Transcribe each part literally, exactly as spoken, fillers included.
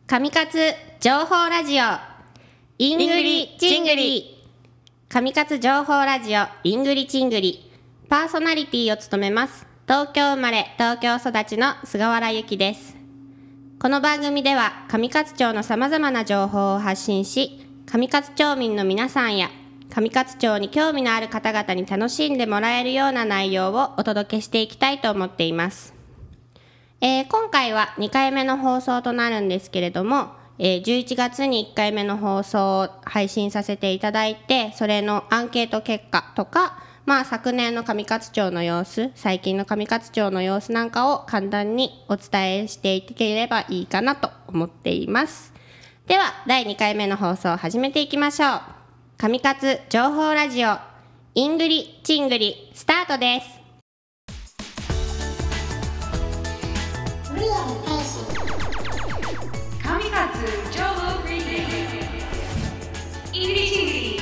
上勝情報ラジオイングリチングリ上勝情報ラジオイングリチングリパーソナリティを務めます東京生まれ東京育ちの菅原由紀です。この番組では上勝町のさまざまな情報を発信し、上勝町民の皆さんや上勝町に興味のある方々に楽しんでもらえるような内容をお届けしていきたいと思っています。えー、今回はにかいめの放送となるんですけれども、えー、じゅういちがつにいっかいめの放送を配信させていただいて、それのアンケート結果とか、まあ、昨年の上勝町の様子、最近の上勝町の様子なんかを簡単にお伝えしていければいいかなと思っています。ではだいにかいめの放送を始めていきましょう。上勝情報ラジオイングリチングリスタートです。 上勝情報ラジオイングリチングリ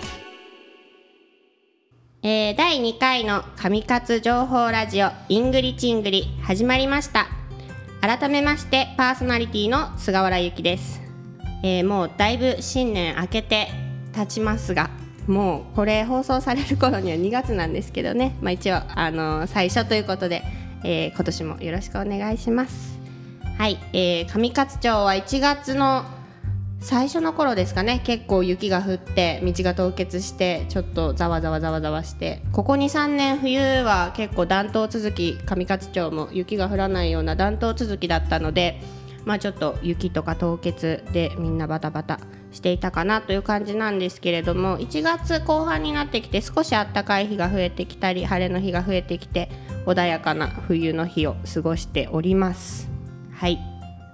えー、だいにかいの上勝情報ラジオイングリチングリ始まりました。改めましてパーソナリティの菅原由紀です。えー、もうだいぶ新年明けて経ちますが、もうこれ放送される頃にはにがつなんですけどね、まあ、一応あのー、最初ということで、えー、今年もよろしくお願いします。はい、えー、上勝町はいちがつの最初の頃ですかね、結構雪が降って道が凍結してちょっとざわざわざわざわして、ここ にさんねん冬は結構暖冬続き、上勝町も雪が降らないような暖冬続きだったので、まあ、ちょっと雪とか凍結でみんなバタバタしていたかなという感じなんですけれども、いちがつこう半になってきて少し暖かい日が増えてきたり、晴れの日が増えてきて穏やかな冬の日を過ごしております。はい、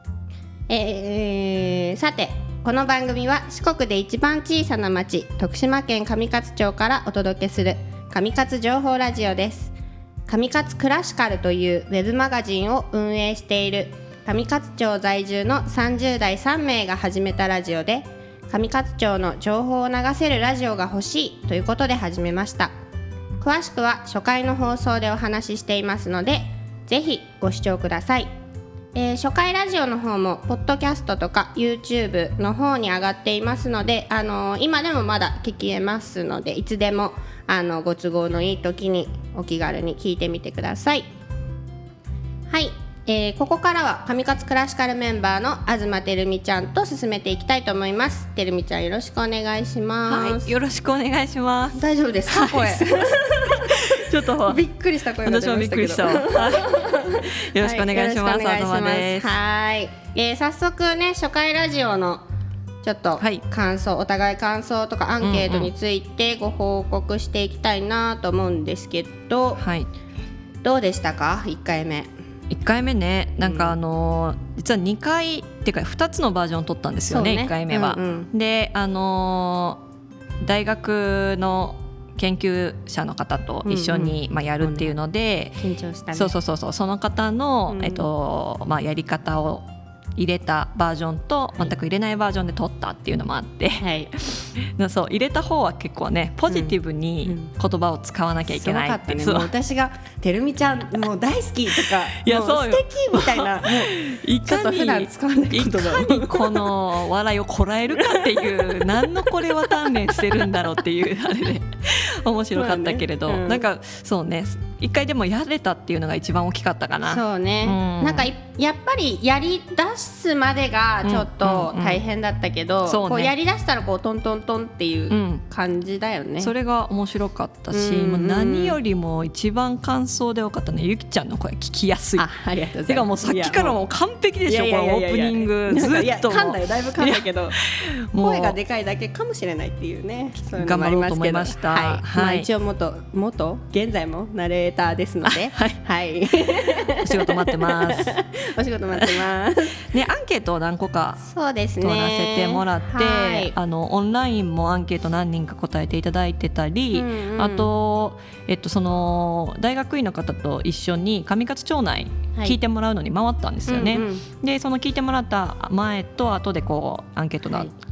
えー、さてこの番組は四国で一番小さな町、徳島県上勝町からお届けする上勝情報ラジオです。上勝クラシカルというウェブマガジンを運営している上勝町在住のさんじゅうだいさんめいが始めたラジオで、上勝町の情報を流せるラジオが欲しいということで始めました。詳しくは初回の放送でお話ししていますので、ぜひご視聴ください。えー、初回ラジオの方もポッドキャストとか YouTube の方に上がっていますので、あのー、今でもまだ聞けますので、いつでもあのご都合のいい時にお気軽に聞いてみてください。はい、えー、ここからは上勝クラシカルメンバーの東てるみちゃんと進めていきたいと思います。てるみちゃんよろしくお願いします。 はい、よろしくお願いします。 大丈夫ですか、声ちょっとびっくりした声が出ましたけど、 私もびっくりした。よろしくお願いします。 はい、 東です。 はい、えー、早速ね、初回ラジオのちょっと感想、はい、お互い感想とかアンケートについてご報告していきたいなと思うんですけど、 はい、 どうでしたかいっかいめ。 いっかいめね、なんかあのー、実はにかいっていうかふたつのバージョン撮ったんですよね、ねいっかいめは、うんうん、で、あのー、大学の研究者の方と一緒に、うんうん、まあ、やるっていうので、 緊張したね。 そうそうそうそう、その方の、うん、えっとまあ、やり方を入れたバージョンと全く入れないバージョンで撮ったっていうのもあって、はい、そう入れた方は結構ねポジティブに言葉を使わなきゃいけないっていう、 うんうん、すごかったね。もう私がてるみちゃんもう大好きとかいやもう素敵みたいなもうちょっと普段使わない言葉いかにこの笑いをこらえるかっていう何のこれは鍛錬してるんだろうっていうあれで面白かったけれど、まあね、うん、なんかそうね、一回でもやれたっていうのが一番大きかったかな。 そうね、うん、なんかやっぱりやり出すまでがちょっと大変だったけど、うんうんうん、こうやり出したらこうトントントンっていう感じだよね、うん、 それが面白かったし、うんうん、もう何よりも一番感想で多かったね、ゆきちゃんの声聞きやすい。 あ, ありがとうございます。 てかもうさっきからもう完璧でしょ、このオープニングずっと。いや噛んだよ、だいぶ噛んだけど声がでかいだけかもしれないっていうね、そういうのもありますけど、頑張ろうと思いました。はい、はい、まあ、一応元元現在もナレーターですので、はい、はい、 お仕事待ってますお仕事待ってますね、アンケートを何個かそうですね取らせてもらって、はい、あのオンラインもアンケート何人か答えていただいてたり、うんうん、あと、えっと、その大学院の方と一緒に上勝町内聞いてもらうのに回ったんですよね、はい、うんうん、でその聞いてもらった前と後でこうアンケートが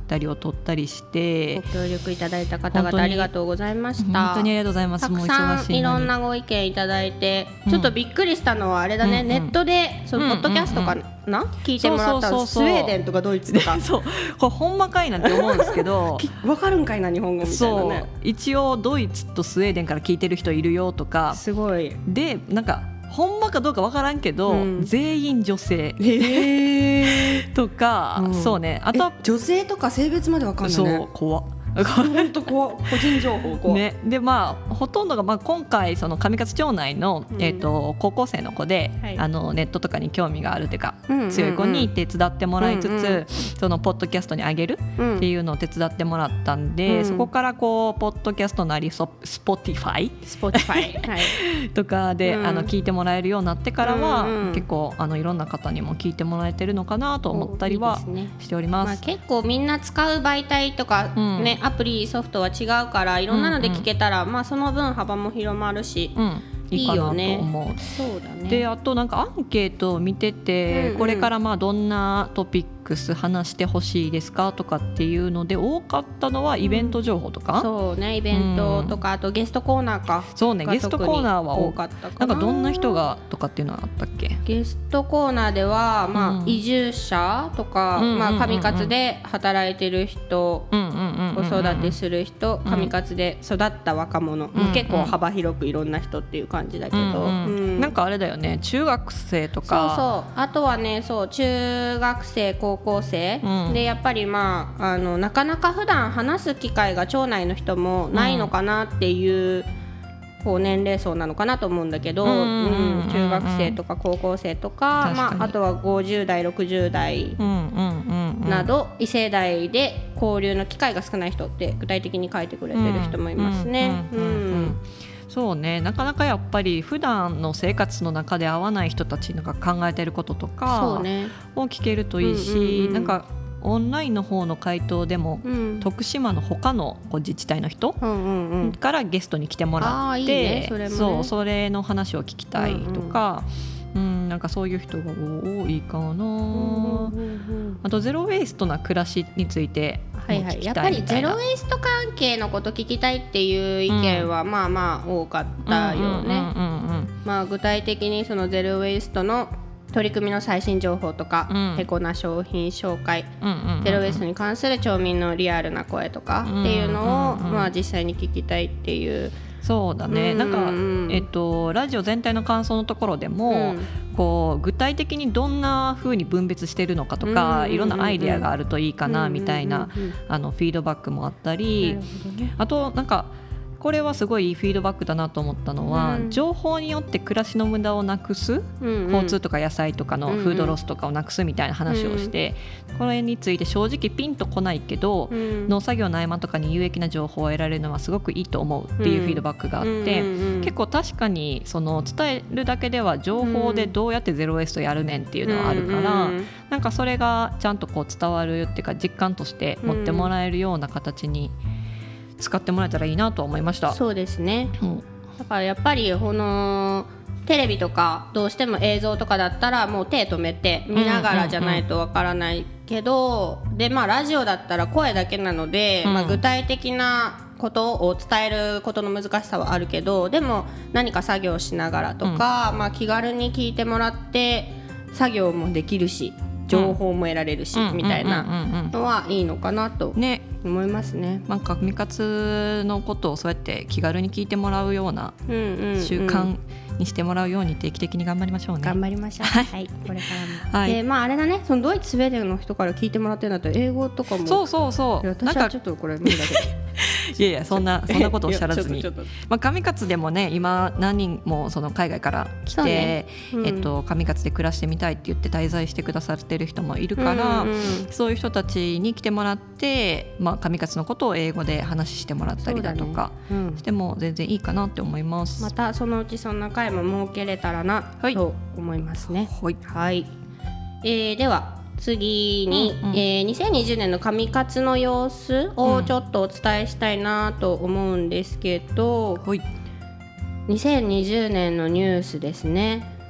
ったりを取ったりしてご協力いただいた方々ありがとうございました。 本当にありがとうございます。 たくさんいろんなご意見いただいて、うん、ちょっとびっくりしたのはあれだね、うんうん、ネットでそのポッドキャストかな、うんうんうん、聞いてもらったらスウェーデンとかドイツとかそうこれほんまかいなって思うんですけどわかるんかいな日本語みたいなね。 そう一応ドイツとスウェーデンから聞いてる人いるよとかすごいでなんかほんまかどうかわからんけど、うん、全員女性とか、うん、そうねあと女性とか性別までわかんないね。 そう怖っ本当こう個人情報こう、 ね、でまあほとんどが、まあ、今回その上勝町内の、うんえー、と高校生の子で、はい、あのネットとかに興味があるというか、うんうんうん、強い子に手伝ってもらいつつ、うんうん、そのポッドキャストに上げるっていうのを手伝ってもらったんで、うん、そこからこうポッドキャストなりスポティファイスポティファイ、はい、 とかで、うん、あの聞いてもらえるようになってからは、 うんうん、 結構あのいろんな方にも聞いてもらえてるのかなと思ったりはしております。 いいですね。まあ、結構みんな使う媒体とか、ねうん、アプリソフトは違うからいろんなので聞けたら、うんうんまあ、その分幅も広まるし、うん、いいかなと思う。 いいよね。 そうだね。 であとなんかアンケートを見てて、うんうん、これからまあどんなトピックス話してほしいですかとかっていうので多かったのはイベント情報とか、うん、 そうねイベントとか、うん、あとゲストコーナーかそうねゲストコーナーは多かったかな。なんかどんな人がとかっていうのはあったっけ。 ゲストコーナーでは、まあうん、移住者とか、うんまあ、上勝で働いてる人、子育てする人、上勝で育った若者、うん、結構幅広くいろんな人っていう感じだけど、うんうんうん、なんかあれだよね中学生とかそうそうあとはねそう中学生高校生、うん、でやっぱりまああのなかなか普段話す機会が町内の人もないのかなっていう、うん、こう年齢層なのかなと思うんだけど、うんうん、中学生とか高校生とか、まあ、あとはごじゅう代ろくじゅう代など異世代で交流の機会が少ない人って具体的に書いてくれてる人もいますね。 そうねなかなかやっぱり普段の生活の中で会わない人たちが考えてることとかを聞けるといいし、うんうんうん、なんかオンラインの方の回答でも、うん、徳島の他の自治体の人からゲストに来てもらって、うんうんうん、いいね、それもね、そうそれの話を聞きたいとか、うんうんうん、なんかそういう人が多いかな、うんうんうん、あとゼロウェイストな暮らしについてはいはい、やっぱりゼロウェイスト関係のこと聞きたいっていう意見はまあまあ多かったよね。まあ具体的にそのゼロウェイストの取り組みの最新情報とか、うん、エコな商品紹介、うんうんうんうん、ゼロウェイストに関する町民のリアルな声とかっていうのを、うんうんうん、まあ実際に聞きたいっていうそうだね、うん、なんか、えっと、ラジオ全体の感想のところでも、うん、こう具体的にどんな風に分別してるのかとか、うんうんうんうん、いろんなアイデアがあるといいかなみたいな、うんうんうんうん、あのフィードバックもあったり、ね、あとなんかこれはすごいいいフィードバックだなと思ったのは、うん、情報によって暮らしの無駄をなくす、うんうん、交通とか野菜とかのフードロスとかをなくすみたいな話をして、うんうん、これについて正直ピンとこないけど、うん、農作業の合間とかに有益な情報を得られるのはすごくいいと思うっていうフィードバックがあって、うんうん、結構確かにその伝えるだけでは情報でどうやってゼロウェイストやるねんっていうのはあるから、うんうん、なんかそれがちゃんとこう伝わるっていうか実感として持ってもらえるような形に使ってもらえたらいいなと思いました。 そうですね、うん、だからやっぱりこのテレビとかどうしても映像とかだったらもう手止めて見ながらじゃないとわからないけど、うんうんうん、でまあラジオだったら声だけなので、うんまあ、具体的なことを伝えることの難しさはあるけどでも何か作業しながらとか、うんまあ、気軽に聞いてもらって作業もできるし情報も得られるし、うん、みたいなのはいいのかなと思いますね。 なんか上勝のことをそうやって気軽に聞いてもらうような習慣にしてもらうように定期的に頑張りましょうね。 頑張りましょう。はい、これからも。はい、でまああれだね、そのドイツスウェーデンの人から聞いてもらってるんだったら英語とかも。 そうそうそう。 私はちょっとこれ無理だけど。 いやいやそんなそんなことをおっしゃらずに、まあ上勝でもね今何人もその海外から来て、ねうん、えっと上勝で暮らしてみたいって言って滞在してくださってる人もいるから、うんうん、そういう人たちに来てもらって、まあ上勝のことを英語で話してもらったりだとかしても全然いいかなって思います。 またそのうちそんな回も設けれたらなと思いますね。 はい。 はい。えー、では。次に、うんうんえー、にせんにじゅうねんの上勝の様子をちょっとお伝えしたいなと思うんですけど、うん、にせんにじゅうねんのニュースですね。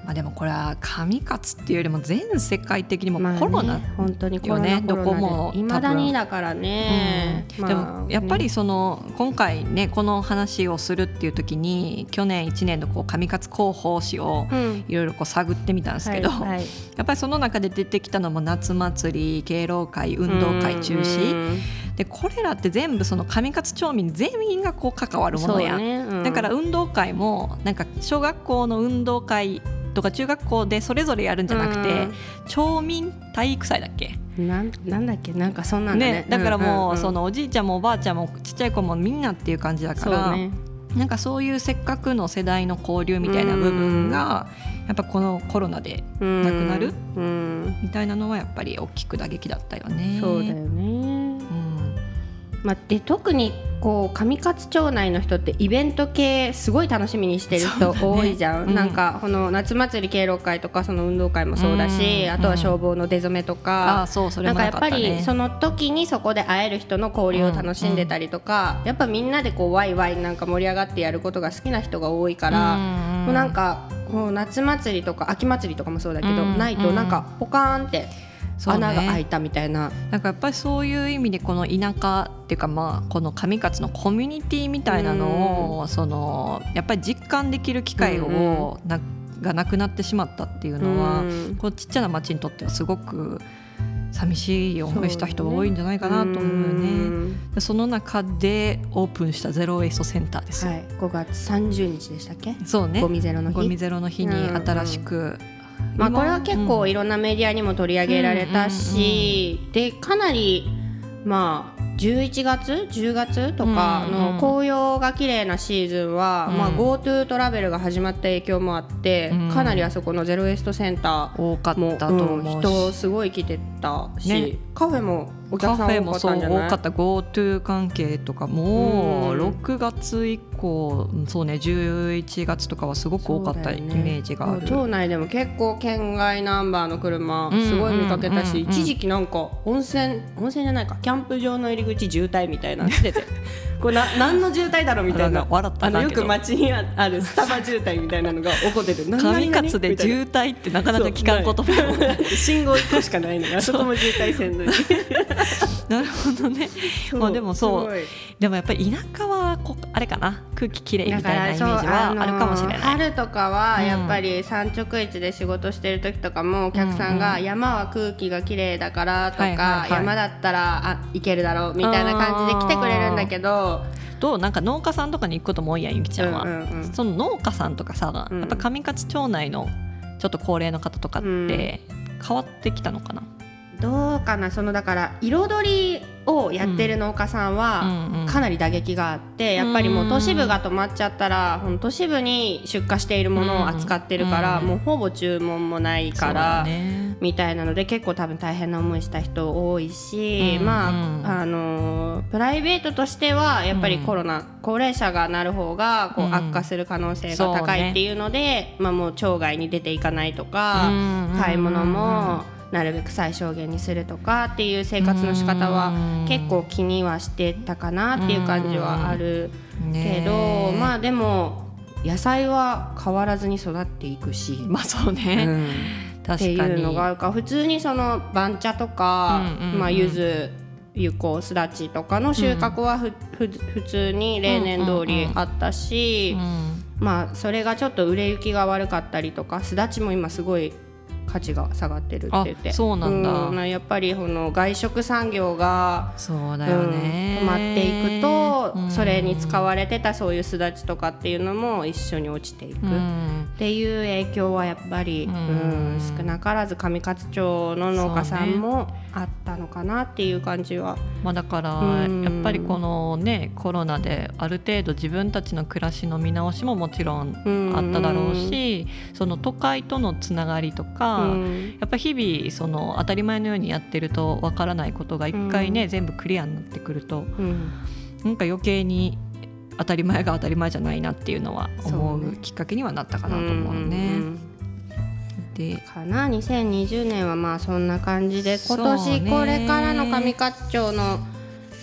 まあ、でもこれは上勝っていうよりも全世界的にもコロナ、 まあね、本当にコロナよね、どこもいまだにだからね、 うん、まあ、でもやっぱりその今回ねこの話をするっていう時に去年いちねんのこう上勝広報誌をいろいろこう探ってみたんですけど、うんはいはい、やっぱりその中で出てきたのも夏祭り、敬老会、運動会中止で、これらって全部その上勝町民全員がこう関わるものや、ね、うん、だから運動会もなんか小学校の運動会とか中学校でそれぞれやるんじゃなくて、うん、町民体育祭だっけ、 な ん, なんだっけなんかそんなんだ ね, ねだからもう、うんうん、そのおじいちゃんもおばあちゃんもちっちゃい子もみんなっていう感じだから、ね、なんかそういうせっかくの世代の交流みたいな部分がやっぱこのコロナでなくなるみたいなのはやっぱり大きく打撃だったよね。 そうだよね、うん、まあ、で特にこう上勝町内の人ってイベント系すごい楽しみにしてる人多いじゃん、ね、うん、なんかこの夏祭り敬老会とかその運動会もそうだし、うん、あとは消防の出初めとか、 あ、そうそれもなんかやっぱりその時にそこで会える人の交流を楽しんでたりとか、うん、やっぱみんなでこうワイワイなんか盛り上がってやることが好きな人が多いから、うん、もうなんかもう夏祭りとか秋祭りとかもそうだけど、うん、ないとなんかポカーンって穴が開いたみたいな、 なんかやっぱりそういう意味でこの田舎っていうか、まあこの上勝のコミュニティみたいなのをそのやっぱり実感できる機会をながなくなってしまったっていうのは、こうちっちゃな町にとってはすごく寂しい思いした人が多いんじゃないかなと思うよね。そ, その中でオープンしたゼロ・ウェイストセンターですよ、はい、 ごがつさんじゅうにちでしたっけ。 そうね、 ゴミゼロの日ゴミゼロの日に新しく、うんうん、 まあ、これは結構いろんなメディアにも取り上げられたし、うんうんうん、でかなりまあじゅういちがつじゅうがつとかの紅葉が綺麗なシーズンは、うん、まあ、GoTo トラベルが始まった影響もあって、うん、かなりあそこのゼロ・ウェイストセンターも多かったと思うし、 うん、人すごい来てたし、ね、カフェもお客さん多かったんじゃない？ カフェもそう多かった。 GoTo 関係とかもろくがつ以降、そうね、じゅういちがつとかはすごく多かったイメージがある、 ね、町内でも結構県外ナンバーの車すごい見かけたし、うんうんうんうん、一時期なんか温泉温泉じゃないかキャンプ場の入り口渋滞みたいなのしててこれな何の渋滞だろうみたいな、 笑ったあのよく街にあるスタバ渋滞みたいなのが起こってて上勝で渋滞ってなかなか聞かん言葉信号いっこしかないのよあそこも渋滞せんのになるほどね。まあ、でもそうでもやっぱり田舎はこあれかな、空気きれいみたいなイメージはあるかもしれない。 春とかはやっぱり産直市で仕事してる時とかもお客さんが山は空気がきれいだからとか、山だったらあ行けるだろうみたいな感じで来てくれるんだけど、 となんか農家さんとかに行くことも多いやん、ゆきちゃんは、うんうんうん、その農家さんとかさ、やっぱ上勝町内のちょっと高齢の方とかって変わってきたのかな、 うん、どうかな。そのだから彩りをやってる農家さんはかなり打撃があって、やっぱりもう都市部が止まっちゃったら都市部に出荷しているものを扱ってるから、もうほぼ注文もないからみたいなので結構多分大変な思いした人多いし、まああのプライベートとしてはやっぱりコロナ高齢者がなる方がこう悪化する可能性が高いっていうので、まあもう町外に出ていかないとか、買い物もなるべく最小限にするとかっていう生活の仕方は結構気にはしてたかなっていう感じはあるけど、まあでも野菜は変わらずに育っていくし、 まあそうね、うん、確かにっていうのがあるから、普通にその番茶とか、うんうんうん、まあ柚子ゆこすだちとかの収穫はふ、うん、ふ普通に例年通りあったし、うんうんうん、まあそれがちょっと売れ行きが悪かったりとか、すだちも今すごい価値が下がってるって言って、 そうなんだ、 うん、やっぱりこの外食産業がそうだよね、 うん、止まっていくと、うん、それに使われてたそういうすだちとかっていうのも一緒に落ちていくっていう影響はやっぱり、うんうん、少なからず上勝町の農家さんもあったのかなっていう感じは、 まあ、だからやっぱりこのねコロナである程度自分たちの暮らしの見直しももちろんあっただろうし、その都会とのつながりとか、やっぱ日々その当たり前のようにやってるとわからないことが一回ね、全部クリアになってくると、なんか余計に当たり前が当たり前じゃないなっていうのは思うきっかけにはなったかなと思うね。でかなにせんにじゅうねんはまあそんな感じで、今年これからの上勝町の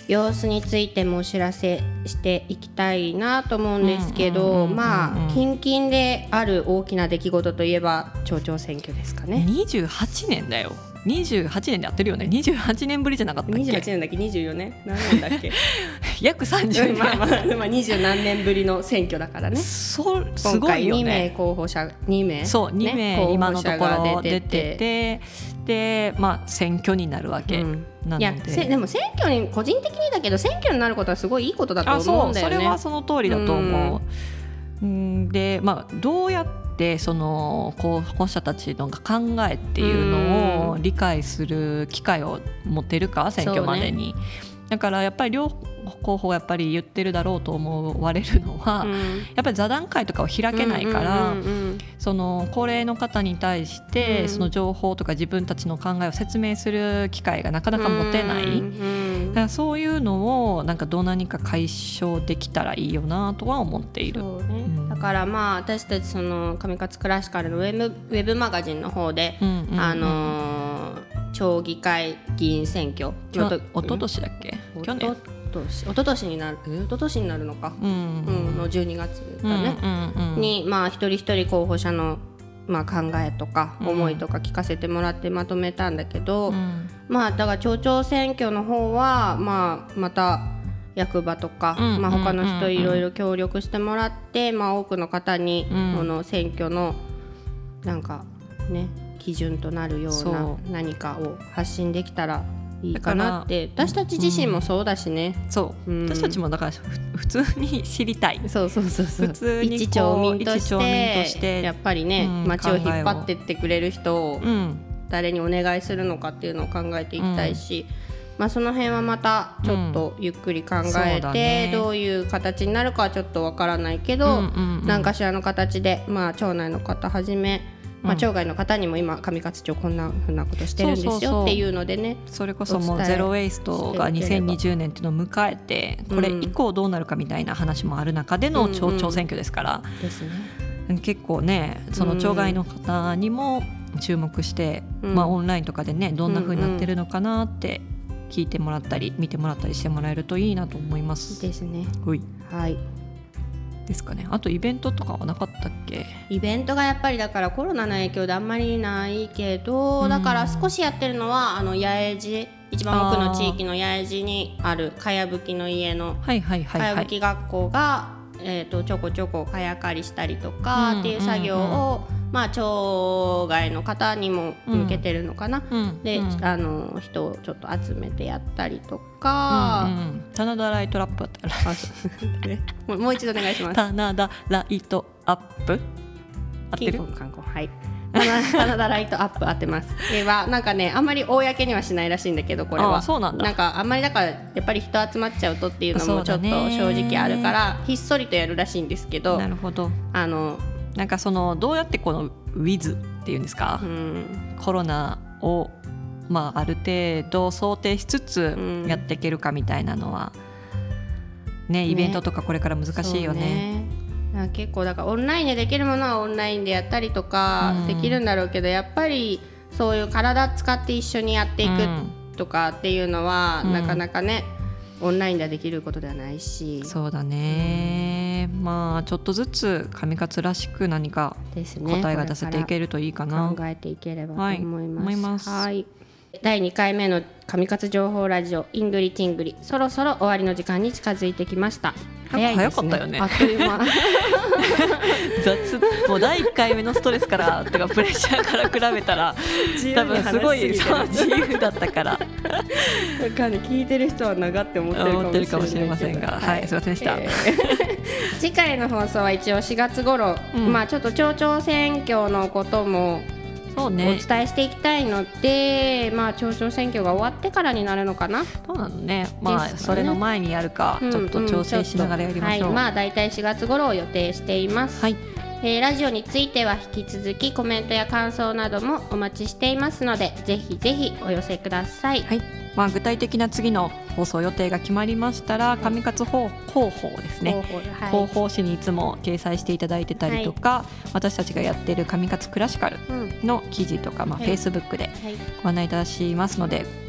様子についてもお知らせしていきたいなと思うんですけど、まあ近々である大きな出来事といえば町長選挙ですかね。 にじゅうはちねんだよ。にじゅうはちねんでやってるよね。にじゅうはちねんぶりじゃなかったっけ。 にじゅうはちねんだっけ、にじゅうよねん何年だっけ約さんじゅうねんまあまあ、まあ、にじゅうなんねんぶりの選挙だからね。 そすごいよね。 今回にめい候補者にめいそうにめい、ね、今のところ出てて、でまあ選挙になるわけ、うん、なので、いやでも選挙に個人的にだけど選挙になることはすごいいいことだと思うんだよね。 あ、そう、それはその通りだと思う、うん、でまあどうやってその候補者たちの考えっていうのを理解する機会を持てるか、選挙までに、ね、だからやっぱり両候補やっぱり言ってるだろうと思われるのは、うん、やっぱり座談会とかを開けないから、うんうんうんうん、その高齢の方に対して、うん、その情報とか自分たちの考えを説明する機会がなかなか持てない、うんうん、だからそういうのをなんかどう何か解消できたらいいよなとは思っている。 そうね、うん、だからまあ私たちその上勝クラシカルのウェブ、ウェブマガジンの方で、うんうんうん、あのー、町議会議員選挙おととしだっけ、去年おととしになる、おととしになるのか、うんうんうん、のじゅうにがつだね、うんうんうん、に、まあ、一人一人候補者の、まあ、考えとか思いとか聞かせてもらってまとめたんだけど、うん、まあだから町長選挙の方は、まあ、また役場とか、うんまあ、他の人いろいろ協力してもらって、まあ、多くの方に、うん、この選挙のなんかね基準となるような何かを発信できたらいいかなって。私たち自身もそうだしね、 うん、そう、うん、私たちもだから普通に知りたい。 そうそうそうそう、 普通に一町民として、としてやっぱりね、うん、街を引っ張ってってくれる人を誰にお願いするのかっていうのを考えていきたいし、うんまあ、その辺はまたちょっとゆっくり考えて、うんね、どういう形になるかはちょっとわからないけど、うんうんうん、何かしらの形で、まあ、町内の方はじめまあ、町外の方にも今上勝町こんなふうなことしてるんですよっていうのでね、 それこそもうゼロウェイストがにせんにじゅうねんっていうのを迎えて、これ以降どうなるかみたいな話もある中での町長選挙ですから、 うんうんですね、結構ねその町外の方にも注目して、うんまあ、オンラインとかでねどんなふうになってるのかなって聞いてもらったり見てもらったりしてもらえるといいなと思います。 ですね。 はい、ですかね。あとイベントとかはなかったっけ？ イベントがやっぱりだからコロナの影響であんまりないけど、うん、だから少しやってるのはあの八重寺、一番奥の地域の八重寺にあるかやぶきの家のかやぶき学校が、えー、とちょこちょこかやかりしたりとかっていう作業を、うんうんうんまあ、町外の方にも向けてるのかな、うん、で、うん、あの人をちょっと集めてやったりとか、 うんうん、棚田ライトラップあったらもう一度お願いします。 棚田ライトアップ合ってる？ 観光はい棚田ライトアップ合ってます。ではなんかねあんまり公にはしないらしいんだけど、これはあそうなんだ。 なんかあんまりだからやっぱり人集まっちゃうとっていうのもちょっと正直あるからひっそりとやるらしいんですけど、 なるほど。 あのなんかそのどうやってこのウィズっていうんですか、うん、コロナを、まあ、ある程度想定しつつやっていけるかみたいなのは、うんね、イベントとかこれから難しいよね。 ね結構だからオンラインでできるものはオンラインでやったりとかできるんだろうけど、うん、やっぱりそういう体使って一緒にやっていくとかっていうのは、うん、なかなかねオンラインではできることではないし。 そうだね、うん、まあちょっとずつ上勝らしく何か答えが出せていけるといいかな、 考えていければと思います、はい、 思います。 はい、だいにかいめの上勝情報ラジオイングリチングリ、そろそろ終わりの時間に近づいてきました。 早いですね、早かったよね。 あっという間雑もうだいいっかいめのストレスからとかプレッシャーから比べたら多分すごい自由だったからなんか、ね、聞いてる人は長って思ってるかもしれませんが、 はい、はい、すいませんでした、えー、次回の放送は一応しがつ頃、うんまあ、ちょっと町長選挙のこともそうね、お伝えしていきたいので、まあ、町長選挙が終わってからになるのかな。 そうなのね、まあ、それの前にやるか、うん、ちょっと調整しながらやりましょう、 はい、まあ、だいたいしがつ頃を予定しています、はいえー、ラジオについては引き続きコメントや感想などもお待ちしていますので、ぜひぜひお寄せください、 はいまあ、具体的な次の放送予定が決まりましたら、上勝広報ですね、はい、広報誌にいつも掲載していただいてたりとか、はい、私たちがやっている上勝クラシカルの記事とか、まあ、Facebook でご案内いたしますので、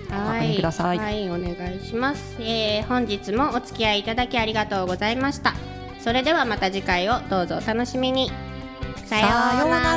ご確認ください。 はい、はい、お願いします、えー、本日もお付き合いいただきありがとうございました。それではまた次回をどうぞお楽しみに。さようなら。